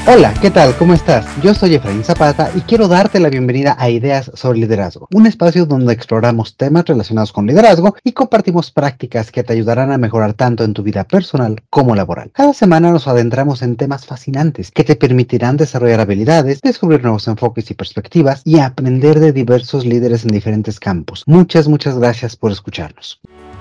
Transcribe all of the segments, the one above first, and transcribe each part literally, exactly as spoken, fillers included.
Hola, ¿qué tal? ¿Cómo estás? Yo soy Efraín Zapata y quiero darte la bienvenida a Ideas sobre Liderazgo, un espacio donde exploramos temas relacionados con liderazgo y compartimos prácticas que te ayudarán a mejorar tanto en tu vida personal como laboral. Cada semana nos adentramos en temas fascinantes que te permitirán desarrollar habilidades, descubrir nuevos enfoques y perspectivas y aprender de diversos líderes en diferentes campos. Muchas, muchas gracias por escucharnos.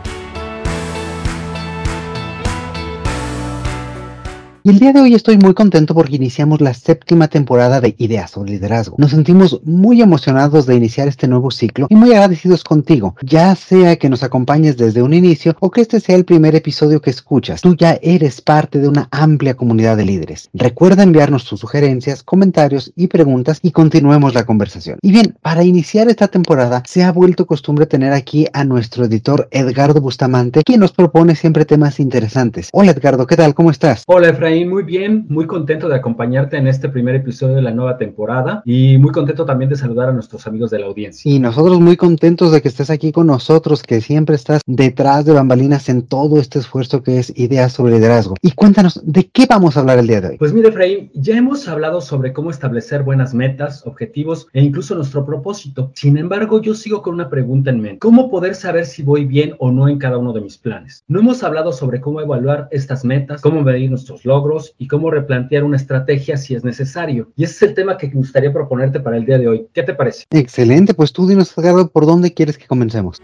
Y el día de hoy estoy muy contento porque iniciamos la séptima temporada de Ideas sobre Liderazgo. Nos sentimos muy emocionados de iniciar este nuevo ciclo y muy agradecidos contigo, ya sea que nos acompañes desde un inicio o que este sea el primer episodio que escuchas. Tú ya eres parte de una amplia comunidad de líderes. Recuerda enviarnos tus sugerencias, comentarios y preguntas y continuemos la conversación. Y bien, para iniciar esta temporada se ha vuelto costumbre tener aquí a nuestro editor Edgardo Bustamante, quien nos propone siempre temas interesantes. Hola Edgardo, ¿qué tal? ¿Cómo estás? Hola Efraín, muy bien, muy contento de acompañarte en este primer episodio de la nueva temporada y muy contento también de saludar a nuestros amigos de la audiencia. Y nosotros muy contentos de que estés aquí con nosotros, que siempre estás detrás de bambalinas en todo este esfuerzo que es Ideas sobre Liderazgo. Y cuéntanos, ¿de qué vamos a hablar el día de hoy? Pues mira Efraín, ya hemos hablado sobre cómo establecer buenas metas, objetivos e incluso nuestro propósito. Sin embargo, yo sigo con una pregunta en mente. ¿Cómo poder saber si voy bien o no en cada uno de mis planes? No hemos hablado sobre cómo evaluar estas metas, cómo medir nuestros logros y cómo replantear una estrategia si es necesario. Y ese es el tema que me gustaría proponerte para el día de hoy. ¿Qué te parece? Excelente, pues tú dinos, Edgardo, ¿por dónde quieres que comencemos?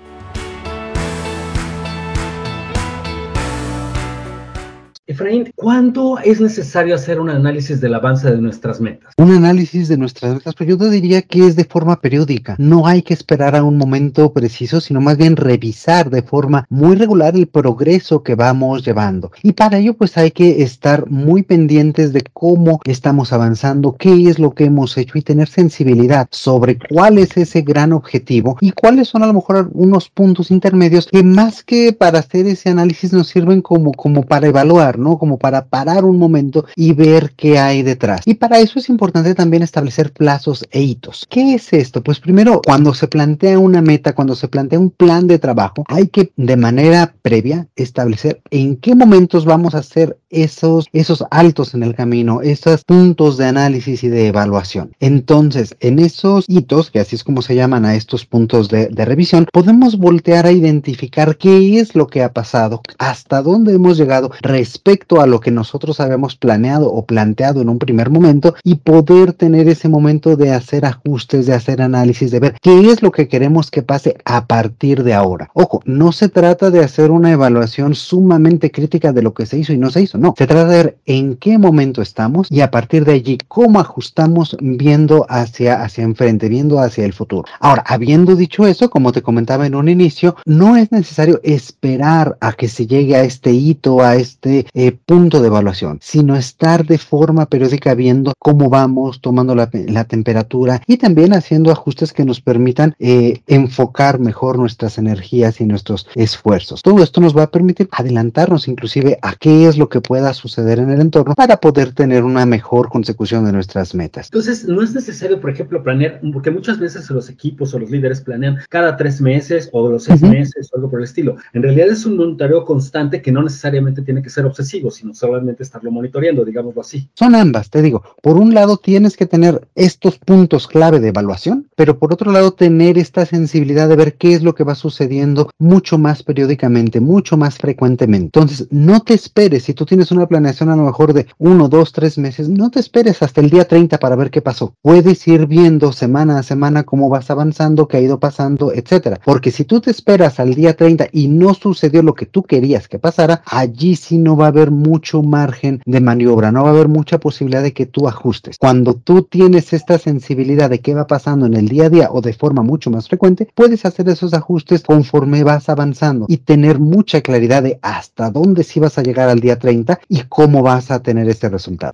Efraín, ¿cuándo es necesario hacer un análisis del avance de nuestras metas? Un análisis de nuestras metas, pero yo te diría que es de forma periódica. No hay que esperar a un momento preciso, sino más bien revisar de forma muy regular el progreso que vamos llevando. Y para ello, pues hay que estar muy pendientes de cómo estamos avanzando, qué es lo que hemos hecho y tener sensibilidad sobre cuál es ese gran objetivo y cuáles son a lo mejor unos puntos intermedios que más que para hacer ese análisis nos sirven como, como para evaluar, ¿no? Como para parar un momento y ver qué hay detrás. Y para eso es importante también establecer plazos e hitos. ¿Qué es esto? Pues primero, cuando se plantea una meta, cuando se plantea un plan de trabajo, hay que de manera previa establecer en qué momentos vamos a hacer esos, esos altos en el camino, esos puntos de análisis y de evaluación. Entonces, en esos hitos, que así es como se llaman a estos puntos de, de revisión, podemos voltear a identificar qué es lo que ha pasado, hasta dónde hemos llegado respecto respecto a lo que nosotros habíamos planeado o planteado en un primer momento y poder tener ese momento de hacer ajustes, de hacer análisis, de ver qué es lo que queremos que pase a partir de ahora. Ojo, no se trata de hacer una evaluación sumamente crítica de lo que se hizo y no se hizo, no. Se trata de ver en qué momento estamos y a partir de allí cómo ajustamos viendo hacia, hacia enfrente, viendo hacia el futuro. Ahora, habiendo dicho eso, como te comentaba en un inicio, no es necesario esperar a que se llegue a este hito, a este Eh, punto de evaluación, sino estar de forma periódica viendo cómo vamos, tomando la, la temperatura y también haciendo ajustes que nos permitan eh, enfocar mejor nuestras energías y nuestros esfuerzos. Todo esto nos va a permitir adelantarnos inclusive a qué es lo que pueda suceder en el entorno para poder tener una mejor consecución de nuestras metas. Entonces, no es necesario, por ejemplo, planear, porque muchas veces los equipos o los líderes planean cada tres meses o los seis uh-huh. meses o algo por el estilo. En realidad es un monitoreo constante que no necesariamente tiene que ser obsesivo, sino solamente estarlo monitoreando, digámoslo así. Son ambas, te digo. Por un lado tienes que tener estos puntos clave de evaluación, pero por otro lado tener esta sensibilidad de ver qué es lo que va sucediendo mucho más periódicamente, mucho más frecuentemente. Entonces, no te esperes, si tú tienes una planeación a lo mejor de uno, dos, tres meses, no te esperes hasta el día treinta para ver qué pasó. Puedes ir viendo semana a semana cómo vas avanzando, qué ha ido pasando, etcétera. Porque si tú te esperas al día treinta y no sucedió lo que tú querías que pasara, allí sí no va a haber mucho margen de maniobra, no va a haber mucha posibilidad de que tú ajustes. Cuando tú tienes esta sensibilidad de qué va pasando en el día a día o de forma mucho más frecuente, puedes hacer esos ajustes conforme vas avanzando y tener mucha claridad de hasta dónde sí vas a llegar al día treinta y cómo vas a tener ese resultado.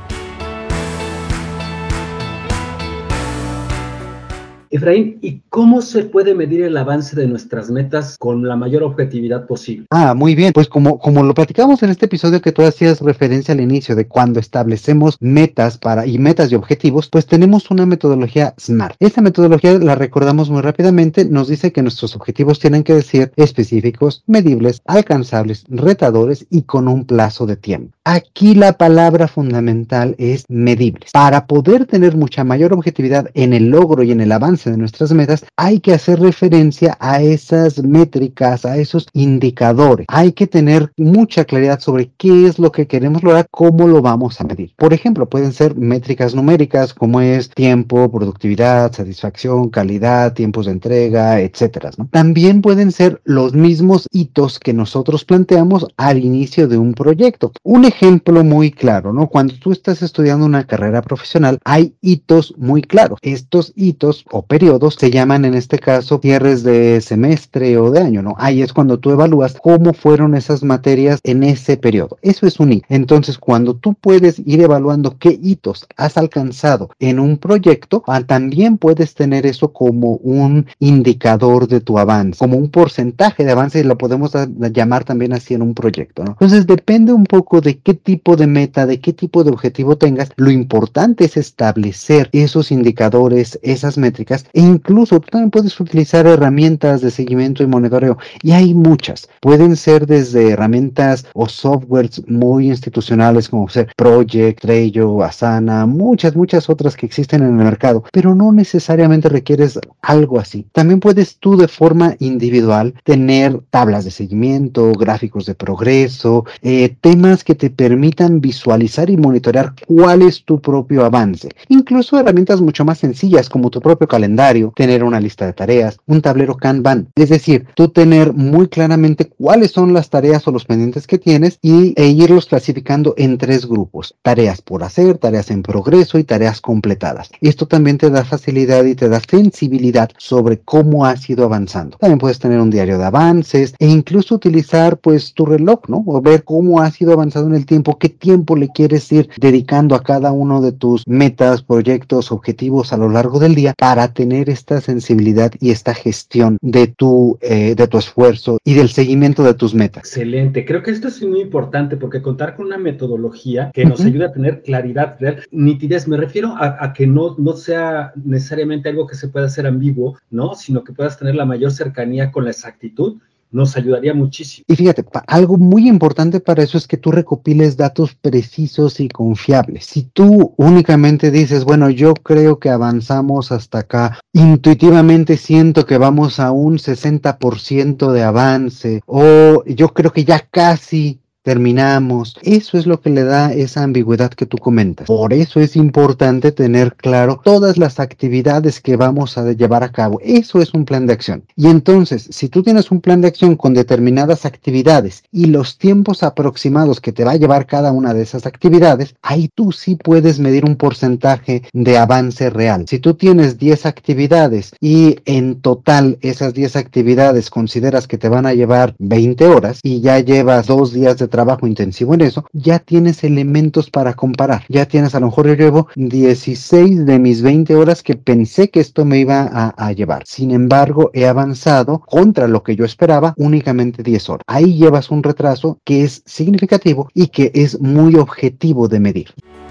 Efraín, ¿y cómo se puede medir el avance de nuestras metas con la mayor objetividad posible? Ah, muy bien. Pues como, como lo platicamos en este episodio que tú hacías referencia al inicio de cuando establecemos metas para y metas y objetivos, pues tenemos una metodología SMART. Esta metodología la recordamos muy rápidamente, nos dice que nuestros objetivos tienen que ser específicos, medibles, alcanzables, retadores y con un plazo de tiempo. Aquí la palabra fundamental es medibles. Para poder tener mucha mayor objetividad en el logro y en el avance de nuestras metas, hay que hacer referencia a esas métricas, a esos indicadores. Hay que tener mucha claridad sobre qué es lo que queremos lograr, cómo lo vamos a medir. Por ejemplo, pueden ser métricas numéricas como es tiempo, productividad, satisfacción, calidad, tiempos de entrega, etcétera, ¿no? También pueden ser los mismos hitos que nosotros planteamos al inicio de un proyecto. Un ejemplo muy claro, ¿no? Cuando tú estás estudiando una carrera profesional, hay hitos muy claros. Estos hitos o periodos se llaman en este caso cierres de semestre o de año, ¿no? Ahí es cuando tú evalúas cómo fueron esas materias en ese periodo. Eso es un hito. Entonces, cuando tú puedes ir evaluando qué hitos has alcanzado en un proyecto, ah, también puedes tener eso como un indicador de tu avance, como un porcentaje de avance, y lo podemos a, a llamar también así en un proyecto, ¿no? Entonces, depende un poco de qué tipo de meta, de qué tipo de objetivo tengas. Lo importante es establecer esos indicadores, esas métricas, e incluso tú también puedes utilizar herramientas de seguimiento y monitoreo, y hay muchas. Pueden ser desde herramientas o softwares muy institucionales como ser Project, Trello, Asana, muchas, muchas otras que existen en el mercado, pero no necesariamente requieres algo así. También puedes tú de forma individual tener tablas de seguimiento, gráficos de progreso, eh, temas que te permitan visualizar y monitorear cuál es tu propio avance. Incluso herramientas mucho más sencillas como tu propio calendario, tener una lista de tareas, un tablero Kanban. Es decir, tú tener muy claramente cuáles son las tareas o los pendientes que tienes y, e irlos clasificando en tres grupos: tareas por hacer, tareas en progreso y tareas completadas. Esto también te da facilidad y te da sensibilidad sobre cómo has ido avanzando. También puedes tener un diario de avances e incluso utilizar pues tu reloj, ¿no? O ver cómo has ido avanzando en el tiempo, qué tiempo le quieres ir dedicando a cada uno de tus metas, proyectos, objetivos a lo largo del día, para tener esta sensibilidad y esta gestión de tu, eh, de tu esfuerzo y del seguimiento de tus metas. Excelente. Creo que esto es muy importante porque contar con una metodología que nos uh-huh. ayude a tener claridad, real, nitidez. Me refiero a, a que no, no sea necesariamente algo que se pueda hacer ambiguo, ¿no? Sino que puedas tener la mayor cercanía con la exactitud. Nos ayudaría muchísimo. Y fíjate, algo muy importante para eso es que tú recopiles datos precisos y confiables. Si tú únicamente dices, bueno, yo creo que avanzamos hasta acá, intuitivamente siento que vamos a un sesenta por ciento de avance, o yo creo que ya casi terminamos. Eso es lo que le da esa ambigüedad que tú comentas. Por eso es importante tener claro todas las actividades que vamos a llevar a cabo. Eso es un plan de acción. Y entonces, si tú tienes un plan de acción con determinadas actividades y los tiempos aproximados que te va a llevar cada una de esas actividades, ahí tú sí puedes medir un porcentaje de avance real. Si tú tienes diez actividades y en total esas diez actividades consideras que te van a llevar veinte horas y ya llevas dos días de trabajo intensivo en eso, ya tienes elementos para comparar. Ya tienes, a lo mejor yo llevo dieciséis de mis veinte horas que pensé que esto me iba a, a llevar. Sin embargo, he avanzado contra lo que yo esperaba únicamente diez horas. Ahí llevas un retraso que es significativo y que es muy objetivo de medir.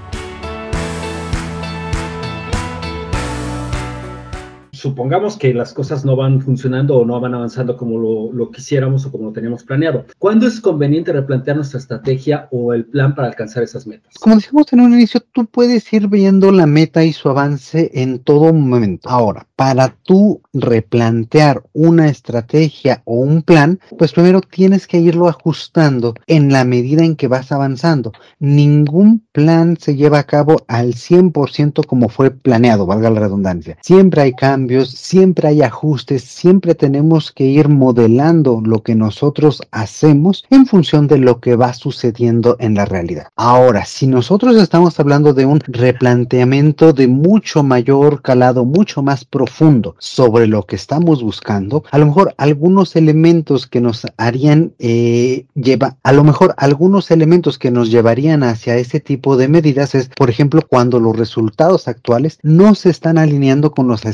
Supongamos que las cosas no van funcionando o no van avanzando como lo, lo quisiéramos o como lo teníamos planeado. ¿Cuándo es conveniente replantear nuestra estrategia o el plan para alcanzar esas metas? Como decíamos en un inicio, tú puedes ir viendo la meta y su avance en todo momento. Ahora, para tú replantear una estrategia o un plan, pues primero tienes que irlo ajustando en la medida en que vas avanzando. Ningún plan se lleva a cabo al cien por ciento como fue planeado, valga la redundancia. Siempre hay cambios, siempre hay ajustes, siempre tenemos que ir modelando lo que nosotros hacemos en función de lo que va sucediendo en la realidad. Ahora, si nosotros estamos hablando de un replanteamiento de mucho mayor calado, mucho más profundo sobre lo que estamos buscando, a lo mejor algunos elementos que nos harían eh, lleva, a lo mejor algunos elementos que nos llevarían hacia ese tipo de medidas es, por ejemplo, cuando los resultados actuales no se están alineando con las expectativas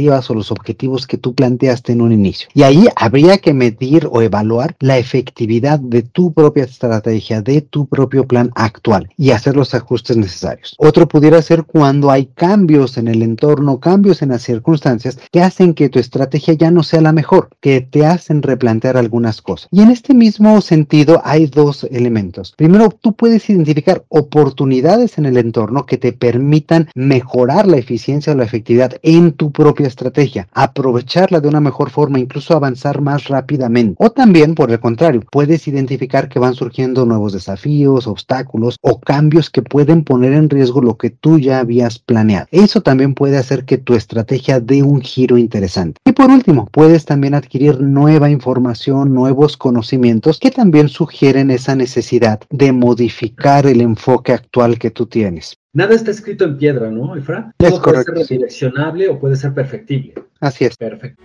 expectativas o los objetivos que tú planteaste en un inicio. Y ahí habría que medir o evaluar la efectividad de tu propia estrategia, de tu propio plan actual y hacer los ajustes necesarios. Otro pudiera ser cuando hay cambios en el entorno, cambios en las circunstancias que hacen que tu estrategia ya no sea la mejor, que te hacen replantear algunas cosas. Y en este mismo sentido hay dos elementos. Primero, tú puedes identificar oportunidades en el entorno que te permitan mejorar la eficiencia o la efectividad en tu propia estrategia, aprovecharla de una mejor forma, incluso avanzar más rápidamente. O también, por el contrario, puedes identificar que van surgiendo nuevos desafíos, obstáculos o cambios que pueden poner en riesgo lo que tú ya habías planeado. Eso también puede hacer que tu estrategia dé un giro interesante. Y por último, puedes también adquirir nueva información, nuevos conocimientos que también sugieren esa necesidad de modificar el enfoque actual que tú tienes. Nada está escrito en piedra, ¿no, Efra? Es Todo puede correcto, ser sí. redireccionable o puede ser perfectible. Así es. Perfecto.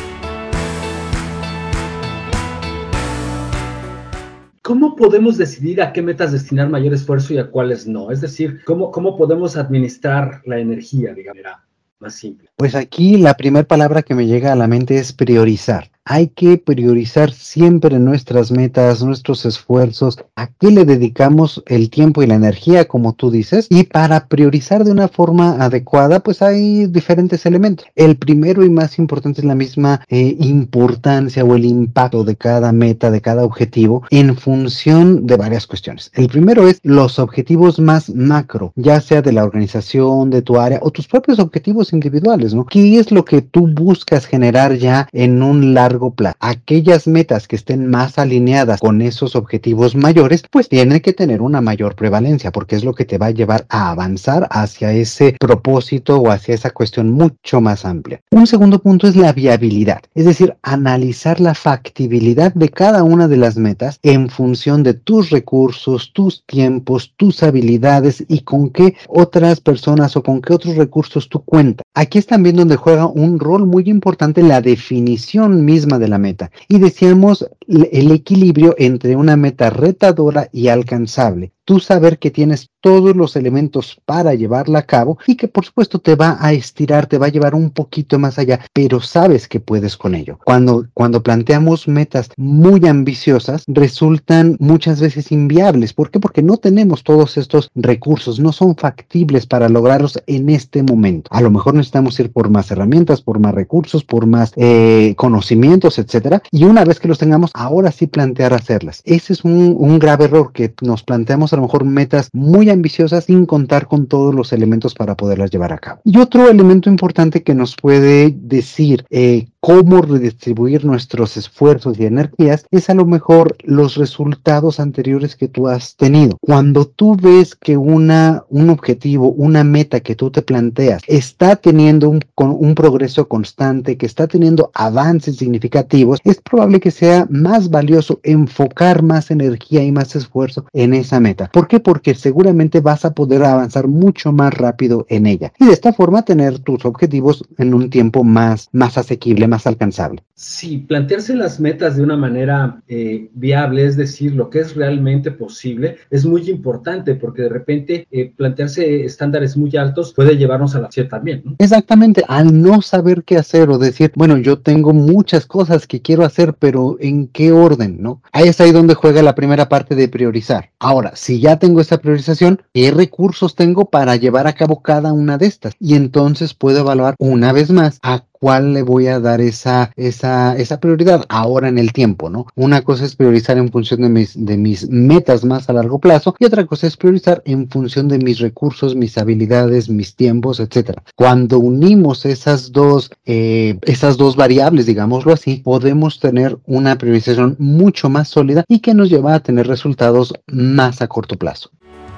¿Cómo podemos decidir a qué metas destinar mayor esfuerzo y a cuáles no? Es decir, ¿cómo, cómo podemos administrar la energía, digamos, más simple? Pues aquí la primera palabra que me llega a la mente es priorizar. Hay que priorizar siempre nuestras metas, nuestros esfuerzos, a qué le dedicamos el tiempo y la energía, como tú dices, y para priorizar de una forma adecuada, pues hay diferentes elementos. El primero y más importante es la misma eh, importancia o el impacto de cada meta, de cada objetivo, en función de varias cuestiones. El primero es los objetivos más macro, ya sea de la organización, de tu área o tus propios objetivos individuales, ¿no? ¿Qué es lo que tú buscas generar ya en un largo plazo? Aquellas metas que estén más alineadas con esos objetivos mayores, pues tienen que tener una mayor prevalencia, porque es lo que te va a llevar a avanzar hacia ese propósito o hacia esa cuestión mucho más amplia. Un segundo punto es la viabilidad, es decir, analizar la factibilidad de cada una de las metas en función de tus recursos, tus tiempos, tus habilidades y con qué otras personas o con qué otros recursos tú cuentas. Aquí es también donde juega un rol muy importante la definición misma de la meta. Y decíamos el equilibrio entre una meta retadora y alcanzable. Tú saber que tienes todos los elementos para llevarla a cabo y que por supuesto te va a estirar, te va a llevar un poquito más allá, pero sabes que puedes con ello. Cuando, cuando planteamos metas muy ambiciosas, resultan muchas veces inviables. ¿Por qué? Porque no tenemos todos estos recursos, no son factibles para lograrlos en este momento. A lo mejor necesitamos ir por más herramientas, por más recursos, por más eh, conocimientos, etcétera. Y una vez que los tengamos, ahora sí plantear hacerlas. Ese es un, un grave error, que nos planteamos a lo mejor metas muy ambiciosas sin contar con todos los elementos para poderlas llevar a cabo. Y otro elemento importante que nos puede decir eh, cómo redistribuir nuestros esfuerzos y energías es a lo mejor los resultados anteriores que tú has tenido. Cuando tú ves que una, un objetivo, una meta que tú te planteas está teniendo un, con un progreso constante, que está teniendo avances significativos, es probable que sea más valioso enfocar más energía y más esfuerzo en esa meta. ¿Por qué? Porque seguramente vas a poder avanzar mucho más rápido en ella y de esta forma tener tus objetivos en un tiempo más, más asequible, más alcanzable. Sí, plantearse las metas de una manera eh, viable, es decir, lo que es realmente posible, es muy importante porque de repente eh, plantearse estándares muy altos puede llevarnos a la acción también, ¿no? Exactamente, al no saber qué hacer o decir, bueno, yo tengo muchas cosas que quiero hacer, pero ¿en qué orden, no? Ahí es ahí donde juega la primera parte de priorizar. Ahora, si ya tengo esta priorización, ¿qué recursos tengo para llevar a cabo cada una de estas? Y entonces puedo evaluar una vez más a cuál le voy a dar esa, esa, esa prioridad ahora en el tiempo, ¿no? Una cosa es priorizar en función de mis, de mis metas más a largo plazo y otra cosa es priorizar en función de mis recursos, mis habilidades, mis tiempos, etcétera. Cuando unimos esas dos, eh, esas dos variables, digámoslo así, podemos tener una priorización mucho más sólida y que nos lleva a tener resultados más a corto plazo.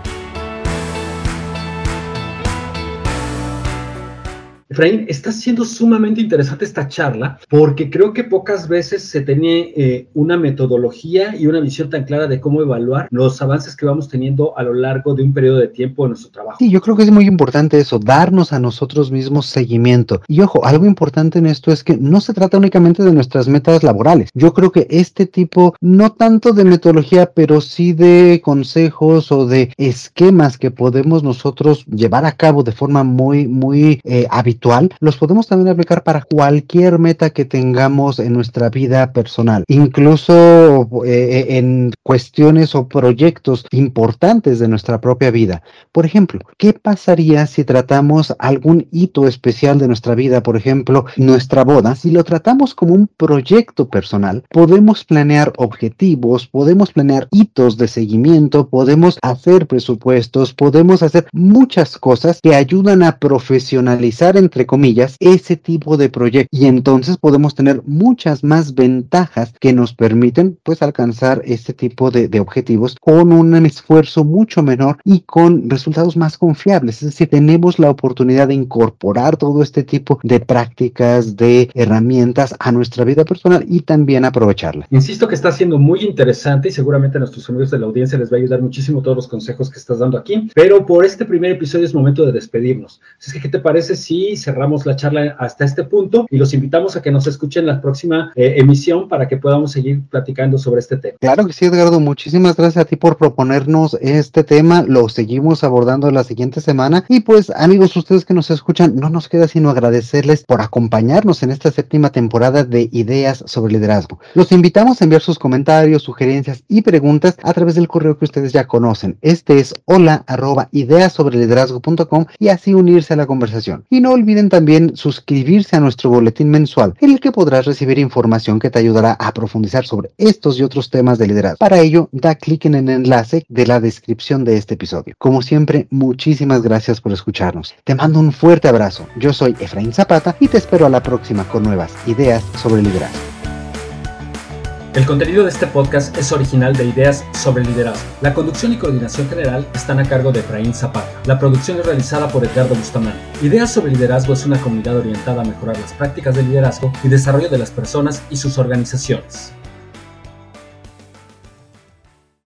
Efraín, está siendo sumamente interesante esta charla porque creo que pocas veces se tiene eh, una metodología y una visión tan clara de cómo evaluar los avances que vamos teniendo a lo largo de un periodo de tiempo en nuestro trabajo. Sí, yo creo que es muy importante eso, darnos a nosotros mismos seguimiento. Y ojo, algo importante en esto es que no se trata únicamente de nuestras metas laborales. Yo creo que este tipo, no tanto de metodología, pero sí de consejos o de esquemas que podemos nosotros llevar a cabo de forma muy, muy eh, habitual espiritual, los podemos también aplicar para cualquier meta que tengamos en nuestra vida personal, incluso eh, en cuestiones o proyectos importantes de nuestra propia vida. Por ejemplo, ¿qué pasaría si tratamos algún hito especial de nuestra vida, por ejemplo, nuestra boda? Si lo tratamos como un proyecto personal, podemos planear objetivos, podemos planear hitos de seguimiento, podemos hacer presupuestos, podemos hacer muchas cosas que ayudan a profesionalizar, entre comillas, ese tipo de proyecto, y entonces podemos tener muchas más ventajas que nos permiten pues alcanzar este tipo de, de objetivos con un esfuerzo mucho menor y con resultados más confiables. Es decir, tenemos la oportunidad de incorporar todo este tipo de prácticas, de herramientas a nuestra vida personal y también aprovecharla. Insisto que está siendo muy interesante y seguramente a nuestros amigos de la audiencia les va a ayudar muchísimo todos los consejos que estás dando aquí, pero por este primer episodio es momento de despedirnos. Así que, ¿qué te parece si cerramos la charla hasta este punto y los invitamos a que nos escuchen la próxima eh, emisión para que podamos seguir platicando sobre este tema? Claro que sí, Edgardo, muchísimas gracias a ti por proponernos este tema, lo seguimos abordando la siguiente semana y pues amigos, ustedes que nos escuchan, no nos queda sino agradecerles por acompañarnos en esta séptima temporada de Ideas sobre Liderazgo. Los invitamos a enviar sus comentarios, sugerencias y preguntas a través del correo que ustedes ya conocen. Este es hola arroba ideas sobre liderazgo punto com y así unirse a la conversación. Y no olviden también suscribirse a nuestro boletín mensual, en el que podrás recibir información que te ayudará a profundizar sobre estos y otros temas de liderazgo. Para ello, da clic en el enlace de la descripción de este episodio. Como siempre, muchísimas gracias por escucharnos. Te mando un fuerte abrazo. Yo soy Efraín Zapata y te espero a la próxima con nuevas ideas sobre liderazgo. El contenido de este podcast es original de Ideas sobre Liderazgo. La conducción y coordinación general están a cargo de Efraín Zapata. La producción es realizada por Edgardo Bustamante. Ideas sobre Liderazgo es una comunidad orientada a mejorar las prácticas de liderazgo y desarrollo de las personas y sus organizaciones.